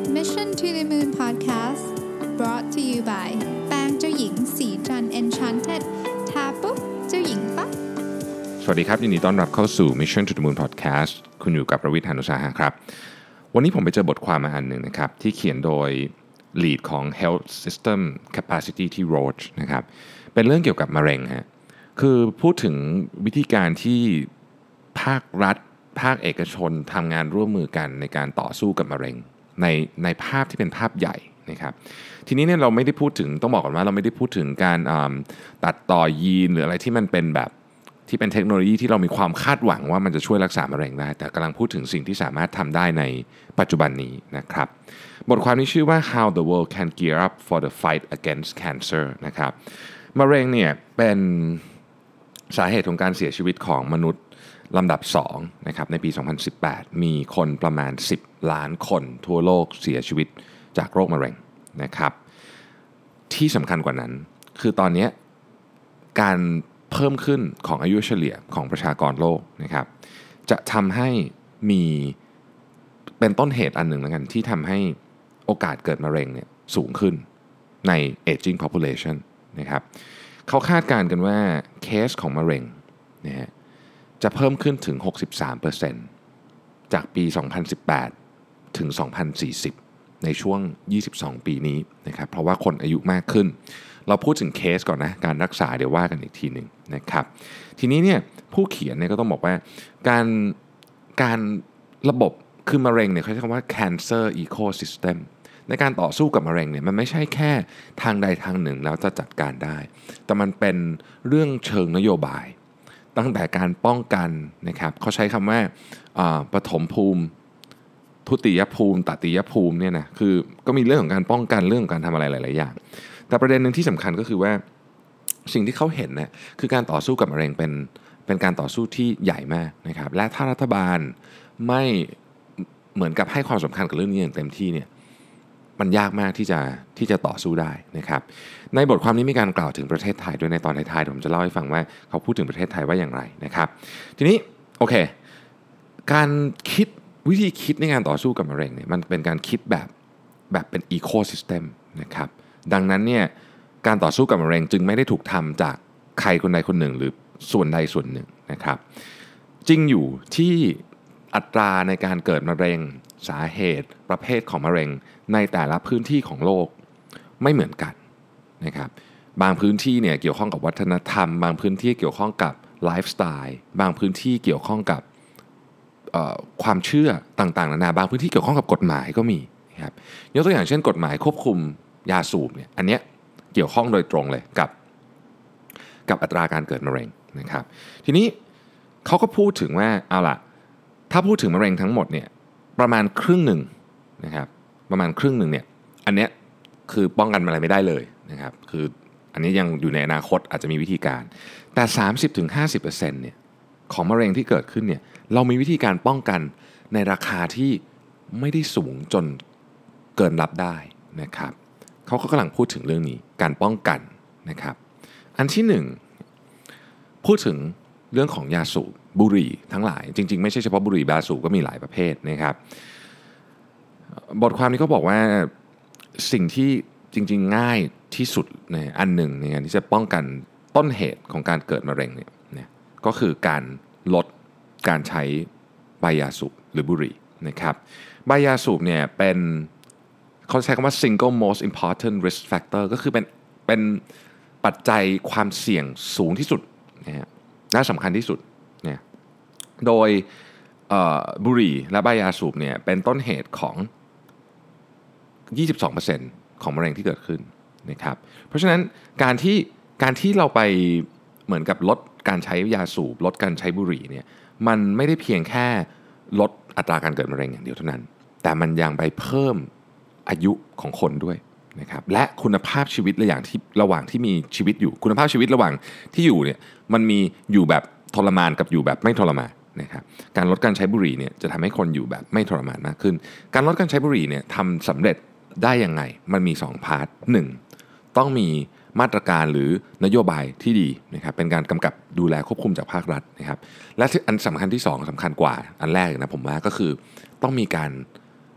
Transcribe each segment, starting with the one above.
Mission to the Moon Podcast brought to you by แป้งเจ้าหญิงสีจัน Enchanted ทาปุ๊บเจ้าหญิงปั๊บสวัสดีครับยินดีต้อนรับเข้าสู่ Mission to the Moon Podcast คุณอยู่กับประวิทย์ หาญอุตสาหะครับวันนี้ผมไปเจอบทความมาอันหนึ่งนะครับที่เขียนโดย Lead ของ Health System Capacity ที่ Roche นะครับเป็นเรื่องเกี่ยวกับมะเร็งฮะคือพูดถึงวิธีการที่ภาครัฐภาคเอกชนทำงานร่วมมือกันในการต่อสู้กับมะเร็งในภาพที่เป็นภาพใหญ่นะครับทีนี้เนี่ยเราไม่ได้พูดถึงต้องบอกก่อนว่าเราไม่ได้พูดถึงการตัดต่อยีนหรืออะไรที่มันเป็นแบบที่เป็นเทคโนโลยีที่เรามีความคาดหวังว่ามันจะช่วยรักษามะเร็งได้แต่กำลังพูดถึงสิ่งที่สามารถทำได้ในปัจจุบันนี้นะครับบทความนี้ชื่อว่า How the World Can Gear Up for the Fight Against Cancer นะครับมะเร็งเนี่ยเป็นสาเหตุของการเสียชีวิตของมนุษย์ลำดับ2นะครับในปี 2018 มีคนประมาณ10ล้านคนทั่วโลกเสียชีวิตจากโรคมะเร็งนะครับที่สำคัญกว่านั้นคือตอนนี้การเพิ่มขึ้นของอายุเฉลี่ยของประชากรโลกนะครับจะทำให้มีเป็นต้นเหตุอันหนึ่งแล้วกันที่ทำให้โอกาสเกิดมะเร็งเนี่ยสูงขึ้นใน aging population นะครับเขาคาดการณ์กันว่าเคสของมะเร็งนะฮะจะเพิ่มขึ้นถึง 63% จากปี 2018 ถึง 2040 ในช่วง 22 ปีนี้นะครับเพราะว่าคนอายุมากขึ้นเราพูดถึงเคสก่อนนะการรักษาเดี๋ยวว่ากันอีกทีหนึ่งนะครับทีนี้เนี่ยผู้เขียนเนี่ยก็ต้องบอกว่าการระบบคือมะเร็งเนี่ยเขาใช้คำว่า cancer ecosystem ในการต่อสู้กับมะเร็งเนี่ยมันไม่ใช่แค่ทางใดทางหนึ่งแล้วจะจัดการได้แต่มันเป็นเรื่องเชิงนโยบายตั้งแต่การป้องกันนะครับเขาใช้คำว่าปฐมภูมิทุติยภูมิตติยภูมิเนี่ยนะคือก็มีเรื่องของการป้องกันเรื่องของการทำอะไรหลายๆอย่างแต่ประเด็นหนึ่งที่สำคัญก็คือว่าสิ่งที่เขาเห็นเนี่ยคือการต่อสู้กับมะเร็งเป็นการต่อสู้ที่ใหญ่มากนะครับและถ้ารัฐบาลไม่เหมือนกับให้ความสำคัญกับเรื่องนี้อย่างเต็มที่เนี่ยมันยากมากที่จะต่อสู้ได้นะครับในบทความนี้มีการกล่าวถึงประเทศไทยด้วยในตอนท้ายๆผมจะเล่าให้ฟังว่าเขาพูดถึงประเทศไทยว่าอย่างไรนะครับทีนี้โอเคการคิดวิธีคิดในการต่อสู้กับมะเร็งเนี่ยมันเป็นการคิดแบบเป็นอีโคซิสเต็มนะครับดังนั้นเนี่ยการต่อสู้กับมะเร็งจึงไม่ได้ถูกทำจากใครคนใดคนหนึ่งหรือส่วนใดส่วนหนึ่งนะครับจริงอยู่ที่อัตราในการเกิดมะเร็งสาเหตุประเภทของมะเร็งในแต่ละพื้นที่ของโลกไม่เหมือนกันนะครับบางพื้นที่เนี่ยเกี่ยวข้องกับวัฒนธรรมบางพื้นที่เกี่ยวข้องกับไลฟ์สไตล์บางพื้นที่เกี่ยวข้องกับความเชื่อต่างๆนานาบางพื้นที่เกี่ยวข้องกับกฎหมายก็มีนะครับยกตัวอย่างเช่นกฎหมายควบคุมยาสูบเนี่ยอันเนี้ยเกี่ยวข้องโดยตรงเลยกับอัตราการเกิดมะเร็งนะครับทีนี้เขาก็พูดถึงว่าเอาล่ะถ้าพูดถึงมะเร็งทั้งหมดเนี่ยประมาณครึ่งหนึ่งนะครับประมาณครึ่งหนึ่งเนี่ยอันเนี้ยคือป้องกันอะไรไม่ได้เลยนะครับคืออันนี้ยังอยู่ในอนาคตอาจจะมีวิธีการแต่ 30-50% เนี่ยของมะเร็งที่เกิดขึ้นเนี่ยเรามีวิธีการป้องกันในราคาที่ไม่ได้สูงจนเกินรับได้นะครับเขาก็กำลังพูดถึงเรื่องนี้การป้องกันนะครับอันที่1พูดถึงเรื่องของยาสูบบุหรี่ทั้งหลายจริงๆไม่ใช่เฉพาะบุหรี่ยาสูบก็มีหลายประเภทนะครับบทความนี้ก็บอกว่าสิ่งที่จริงๆง่ายที่สุดในอันหนึ่งในการที่จะป้องกันต้นเหตุของการเกิดมะเร็งเนี่ยก็คือการลดการใช้ใบยาสูบหรือบุหรี่นะครับใบยาสูบเนี่ยเป็นเขาใช้คำว่า single most important risk factor ก็คือเป็นปัจจัยความเสี่ยงสูงที่สุดนะฮะและสำคัญที่สุดเนี่ยโดยบุหรี่และใบยาสูบเนี่ยเป็นต้นเหตุของ 22% ของมะเร็งที่เกิดขึ้นนะครับเพราะฉะนั้นการที่เราไปเหมือนกับลดการใช้ยาสูบลดการใช้บุหรี่เนี่ยมันไม่ได้เพียงแค่ลดอัตราการเกิดมะเร็งอย่างเดียวเท่านั้นแต่มันยังไปเพิ่มอายุของคนด้วยนะครับและคุณภาพชีวิตระหว่างที่มีชีวิตอยู่คุณภาพชีวิตระหว่างที่อยู่เนี่ยมันมีอยู่แบบทรมานกับอยู่แบบไม่ทรมานนะครับการลดการใช้บุหรี่เนี่ยจะทำให้คนอยู่แบบไม่ทรมานมากขึ้นการลดการใช้บุหรี่เนี่ยทำสำเร็จได้ยังไงมันมี2พาร์ท1ต้องมีมาตรการหรือนโยบายที่ดีนะครับเป็นการกำกับดูแลควบคุมจากภาครัฐนะครับและอันสำคัญที่2สำคัญกว่าอันแรกนะผมว่าก็คือต้องมีการ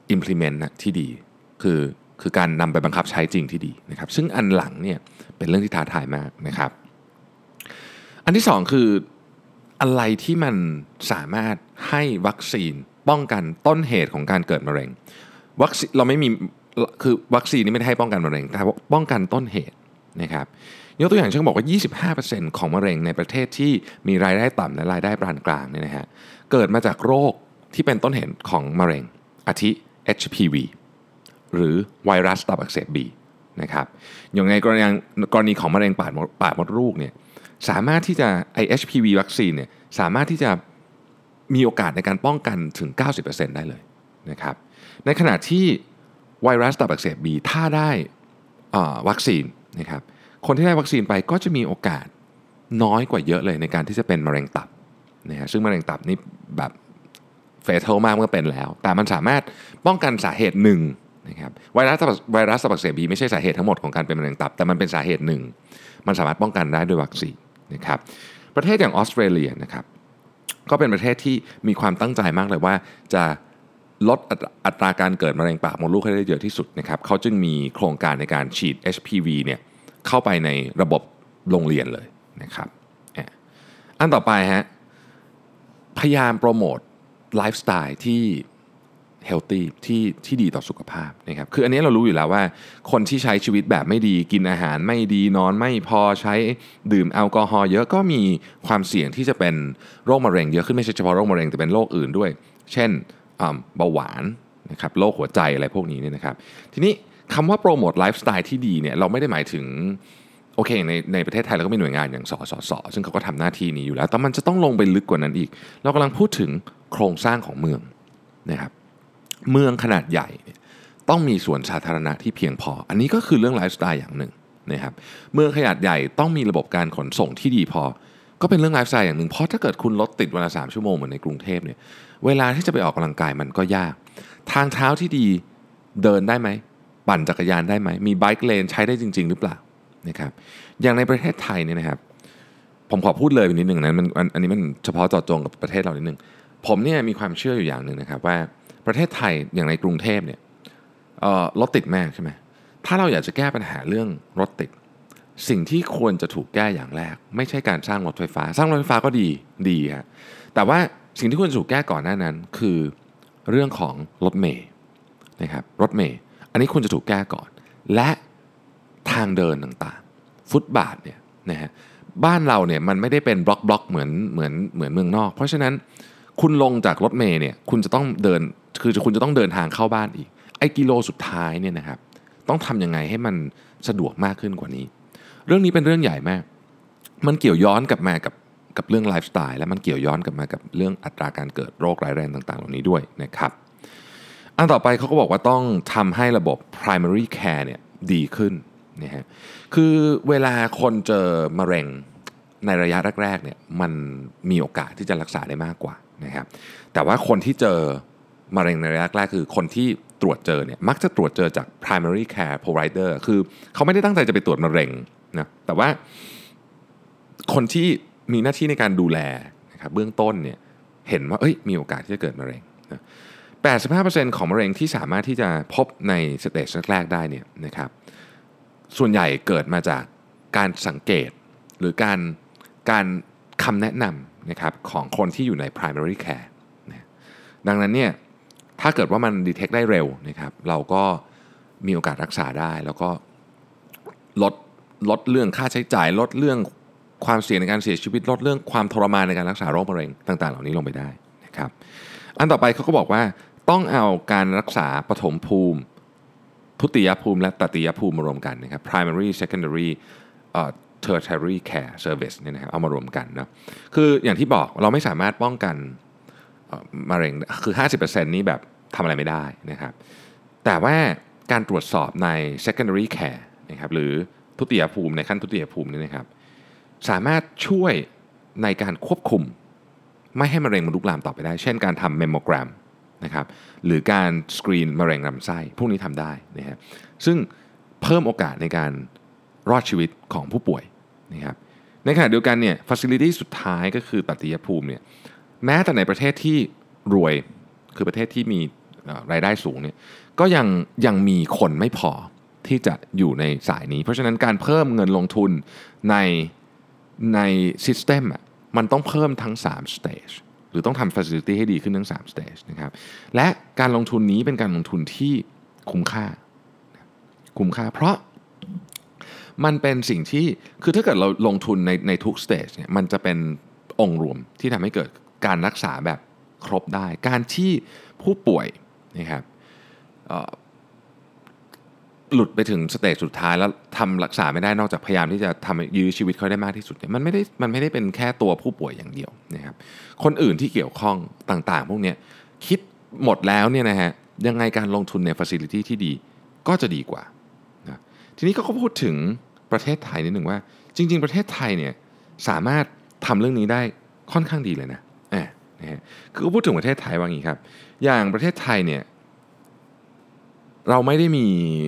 implement นะที่ดีคือการนำไปบังคับใช้จริงที่ดีนะครับซึ่งอันหลังเนี่ยเป็นเรื่องที่ท้าทายมากนะครับอันที่สองคืออะไรที่มันสามารถให้วัคซีนป้องกันต้นเหตุของการเกิดมะเร็งวัคซีนเราไม่มีคือวัคซีนนี้ไม่ได้ให้ป้องกันมะเร็งแต่ป้องกันต้นเหตุนะครับยกตัวอย่างเช่นบอกว่า 25% ของมะเร็งในประเทศที่มีรายได้ต่ำและรายได้ปานกลางเนี่ยนะฮะเกิดมาจากโรคที่เป็นต้นเหตุของมะเร็งอาทิ HPV หรือไวรัสตับอักเสบ B นะครับอย่างในกรณีของมะเร็งปากมดลูกเนี่ยสามารถที่จะHPV วัคซีนเนี่ยสามารถที่จะมีโอกาสในการป้องกันถึง 90% ได้เลยนะครับในขณะที่ไวรัสตับอักเสบ B ถ้าได้วัคซีนนะครับคนที่ได้วัคซีนไปก็จะมีโอกาสน้อยกว่าเยอะเลยในการที่จะเป็นมะเร็งตับนะฮะซึ่งมะเร็งตับนี่แบบเฟทัลมากเมื่อเป็นแล้วแต่มันสามารถป้องกันสาเหตุหนึ่งนะครับไวรัสตับอักเสบ B ไม่ใช่สาเหตุทั้งหมดของการเป็นมะเร็งตับแต่มันเป็นสาเหตุหนึ่งมันสามารถป้องกันได้ด้วยวัคซีนนะครับประเทศอย่างออสเตรเลียนะครับก็เป็นประเทศที่มีความตั้งใจมากเลยว่าจะลดอัตราการเกิดมะเร็งปากมดลูกให้ได้เยอะที่สุดนะครับเขาจึงมีโครงการในการฉีด HPV เนี่ยเข้าไปในระบบโรงเรียนเลยนะครับอันต่อไปฮะพยายามโปรโมทไลฟ์สไตล์ที่เฮลตี้ที่ดีต่อสุขภาพนะครับคืออันนี้เรารู้อยู่แล้วว่าคนที่ใช้ชีวิตแบบไม่ดีกินอาหารไม่ดีนอนไม่พอใช้ดื่มแอลกอฮอล์เยอะก็มีความเสี่ยงที่จะเป็นโรคมะเร็งเยอะขึ้นไม่ใช่เฉพาะโรคมะเร็งแต่เป็นโรคอื่นด้วยเช่นเบาหวานนะครับโรคหัวใจอะไรพวกนี้เนี่ยนะครับทีนี้คำว่าโปรโมทไลฟ์สไตล์ที่ดีเนี่ยเราไม่ได้หมายถึงโอเคในประเทศไทยเราก็มีหน่วยงานอย่างสสส.ซึ่งเขาก็ทำหน้าที่นี้อยู่แล้วแต่มันจะต้องลงไปลึกกว่านั้นอีกเรากำลังพูดถึงโครงสร้างของเมืองนะครับเมืองขนาดใหญ่ต้องมีสวนสาธารณะที่เพียงพออันนี้ก็คือเรื่องไลฟ์สไตล์อย่างหนึ่งนะครับเมืองขนาดใหญ่ต้องมีระบบการขนส่งที่ดีพอก็เป็นเรื่องไลฟ์สไตล์อย่างหนึ่งเพราะถ้าเกิดคุณรถติดวันละ3 ชั่วโมงเหมือนในกรุงเทพเนี่ยเวลาที่จะไปออกกำลังกายมันก็ยากทางเท้าที่ดีเดินได้ไหมปั่นจักรยานได้ไหมมีไบค์เลนใช้ได้จริงๆหรือเปล่านะครับอย่างในประเทศไทยเนี่ยนะครับผมขอพูดเลยนิดนึงนะอันนี้มันเฉพาะเจาะจงกับประเทศเรานิดนึงผมเนี่ยมีความเชื่ออยู่อย่างหนึ่งนะครับว่าประเทศไทยอย่างในกรุงเทพเนี่ยรถติดมากใช่ไหมถ้าเราอยากจะแก้ปัญหาเรื่องรถติดสิ่งที่ควรจะถูกแก้อย่างแรกไม่ใช่การสร้างรถไฟฟ้าสร้างรถไฟฟ้าก็ดีฮะแต่ว่าสิ่งที่ควรจะถูกแก้ก่อนหน้านั้นคือเรื่องของรถเมล์นะครับรถเมล์อันนี้ควรจะถูกแก้ก่อนและทางเดินต่างๆฟุตบาทเนี่ยนะฮะบ้านเราเนี่ยมันไม่ได้เป็นบล็อกเหมือนเมืองนอกเพราะฉะนั้นคุณลงจากรถเมล์เนี่ยคุณจะต้องเดินคือคุณจะต้องเดินทางเข้าบ้านอีกไอ้กิโลสุดท้ายเนี่ยนะครับต้องทำยังไงให้มันสะดวกมากขึ้นกว่านี้เรื่องนี้เป็นเรื่องใหญ่มากมันเกี่ยวย้อนกลับมากับเรื่องไลฟ์สไตล์และมันเกี่ยวย้อนกลับมากับเรื่องอัตราการเกิดโรคร้ายแรงต่างๆเหล่านี้ด้วยนะครับอันต่อไปเขาก็บอกว่าต้องทำให้ระบบ primary care เนี่ยดีขึ้นนะฮะคือเวลาคนเจอมะเร็งในระยะแรกๆเนี่ยมันมีโอกาสที่จะรักษาได้มากกว่านะครับแต่ว่าคนที่เจอมะเร็งในระยะแรกคือคนที่ตรวจเจอเนี่ยมักจะตรวจเจอจาก primary care provider คือเขาไม่ได้ตั้งใจจะไปตรวจมะเร็งนะแต่ว่าคนที่มีหน้าที่ในการดูแลนะครับเบื้องต้นเนี่ยเห็นว่ามีโอกาสที่จะเกิดมะเร็งนะ 85% ของมะเร็งที่สามารถที่จะพบในสเตจแรกๆได้เนี่ยนะครับส่วนใหญ่เกิดมาจากการสังเกตหรือการคำแนะนำนะครับของคนที่อยู่ใน primary care นะดังนั้นเนี่ยถ้าเกิดว่ามัน detect ได้เร็วนะครับเราก็มีโอกาสรักษาได้แล้วก็ลดเรื่องค่าใช้จ่ายลดเรื่องความเสี่ยงในการเสียชีวิตลดเรื่องความทรมานในการรักษาโรคมะเร็งต่างๆเหล่านี้ลงไปได้นะครับอันต่อไปเขาก็บอกว่าต้องเอาการรักษาปฐมภูมิทุติยภูมิและตติยภูมิมารวมกันนะครับ primary secondary tertiary care service เนี่ยนะครับเอามารวมกันนะคืออย่างที่บอกเราไม่สามารถป้องกันมะเร็งคือ 50% นี้แบบทำอะไรไม่ได้นะครับแต่ว่าการตรวจสอบใน secondary care นะครับหรือทุติยภูมิในขั้นทุติยภูมินี่นะครับสามารถช่วยในการควบคุมไม่ให้มะเร็งมันลุกลามต่อไปได้เช่นการทำเมมโมแกรมนะครับหรือการสกรีนมะเร็งลำไส้พวกนี้ทำได้นะครับซึ่งเพิ่มโอกาสในการรอดชีวิตของผู้ป่วยนะครับในขณะเดียวกันเนี่ย facility สุดท้ายก็คือตติยภูมิเนี่ยแม้แต่ในประเทศที่รวยคือประเทศที่มีรายได้สูงเนี่ยก็ยังมีคนไม่พอที่จะอยู่ในสายนี้เพราะฉะนั้นการเพิ่มเงินลงทุนใน system มันต้องเพิ่มทั้ง3 stage หรือต้องทำ facility ให้ดีขึ้นทั้ง3 stage นะครับและการลงทุนนี้เป็นการลงทุนที่คุ้มค่าเพราะมันเป็นสิ่งที่คือถ้าเกิดเราลงทุนในทุก stage เนี่ยมันจะเป็นองค์รวมที่ทำให้เกิดการรักษาแบบครบได้การที่ผู้ป่วยนะครับหลุดไปถึงสเตจสุดท้ายแล้วทำรักษาไม่ได้นอกจากพยายามที่จะทำยื้อชีวิตเขาได้มากที่สุดเนี่ยมันไม่ได้เป็นแค่ตัวผู้ป่วยอย่างเดียวนะครับคนอื่นที่เกี่ยวข้องต่างๆพวกนี้คิดหมดแล้วเนี่ยนะฮะยังไงการลงทุนใน facility ที่ดีก็จะดีกว่านะทีนี้ก็พูดถึงประเทศไทยนิดหนึ่งว่าจริงๆประเทศไทยเนี่ยสามารถทำเรื่องนี้ได้ค่อนข้างดีเลยนะฮะคือพูดถึงประเทศไทยว่างี้ครับอย่างประเทศไทยเนี่ยเราไม่ได้มี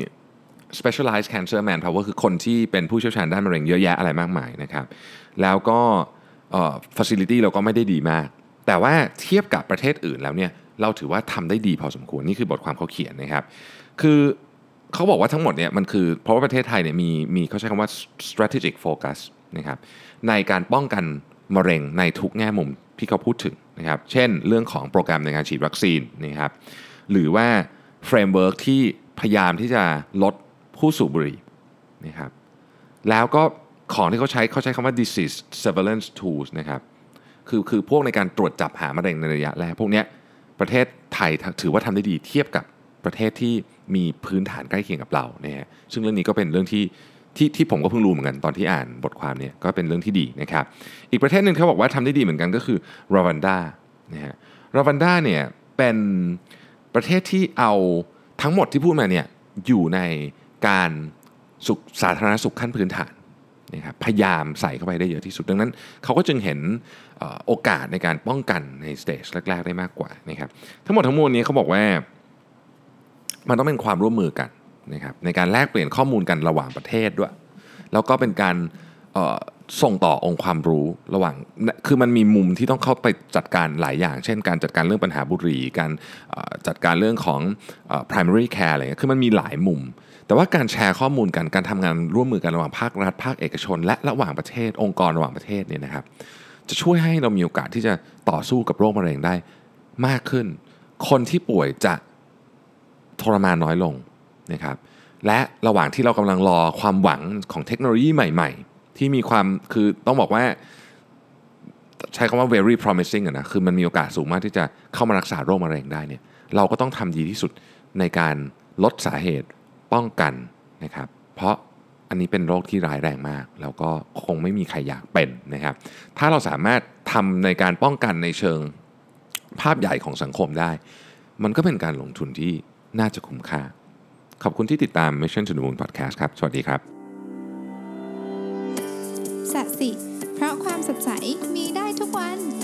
specialized cancer manpower คือคนที่เป็นผู้เชี่ยวชาญด้านมะเร็งเยอะแยะอะไรมากมายนะครับแล้วก็facility เราก็ไม่ได้ดีมากแต่ว่าเทียบกับประเทศอื่นแล้วเนี่ยเราถือว่าทำได้ดีพอสมควรนี่คือบทความเขาเขียนนะครับคือเขาบอกว่าทั้งหมดเนี่ยมันคือเพราะว่าประเทศไทยเนี่ยมีเขาใช้คำว่า strategic focus นะครับในการป้องกันมะเร็งในทุกแง่มุมที่เขาพูดถึงนะครับเช่นเรื่องของโปรแกรมในการฉีดวัคซีนนะครับหรือว่าเฟรมเวิร์กที่พยายามที่จะลดผู้สูบบุหรี่นะครับแล้วก็ของที่เขาใช้คำว่า disease surveillance tools นะครับคือพวกในการตรวจจับหามะเร็งในระยะแรกพวกนี้ประเทศไทยถือว่าทำได้ดีเทียบกับประเทศที่มีพื้นฐานใกล้เคียงกับเราเนี่ยซึ่งเรื่องนี้ก็เป็นเรื่องที่ผมก็เพิ่งรู้เหมือนกันตอนที่อ่านบทความเนี่ยก็เป็นเรื่องที่ดีนะครับอีกประเทศนึงเขาบอกว่าทำได้ดีเหมือนกันก็คือรวันดานะฮะรวันดาเนี่ยเป็นประเทศที่เอาทั้งหมดที่พูดมาเนี่ยอยู่ในการสาธารณสุขขั้นพื้นฐานนะครับพยายามใส่เข้าไปได้เยอะที่สุดดังนั้นเขาก็จึงเห็นโอกาสในการป้องกันในสเตจแรกๆได้มากกว่านะครับทั้งหมดทั้งมวลนี้เขาบอกว่ามันต้องเป็นความร่วมมือกันนะครับในการแลกเปลี่ยนข้อมูลกันระหว่างประเทศด้วยแล้วก็เป็นการส่งต่อองค์ความรู้ระหว่างคือมันมีมุมที่ต้องเข้าไปจัดการหลายอย่างเช่นการจัดการเรื่องปัญหาบุหรี่การจัดการเรื่องของ primary care อะไรเงี้ยคือมันมีหลายมุมแต่ว่าการแชร์ข้อมูลกันการทำงานร่วมมือกันระหว่างภาครัฐภาคเอกชนและระหว่างประเทศองค์กรระหว่างประเทศเนี่ยนะครับจะช่วยให้เรามีโอกาสที่จะต่อสู้กับโรคมะเร็งได้มากขึ้นคนที่ป่วยจะทรมานน้อยลงนะครับและระหว่างที่เรากำลังรอความหวังของเทคโนโลยีใหม่ๆที่มีความคือต้องบอกว่าใช้คำว่า very promising นะคือมันมีโอกาสสูงมากที่จะเข้ามารักษาโรคมะเร็งได้เนี่ยเราก็ต้องทำดีที่สุดในการลดสาเหตุป้องกันนะครับเพราะอันนี้เป็นโรคที่ร้ายแรงมากแล้วก็คงไม่มีใครอยากเป็นนะครับถ้าเราสามารถทำในการป้องกันในเชิงภาพใหญ่ของสังคมได้มันก็เป็นการลงทุนที่น่าจะคุ้มค่าขอบคุณที่ติดตาม Mission to the Moon Podcast ครับสวัสดีครับสัสิเพราะความสดใสมีได้ทุกวัน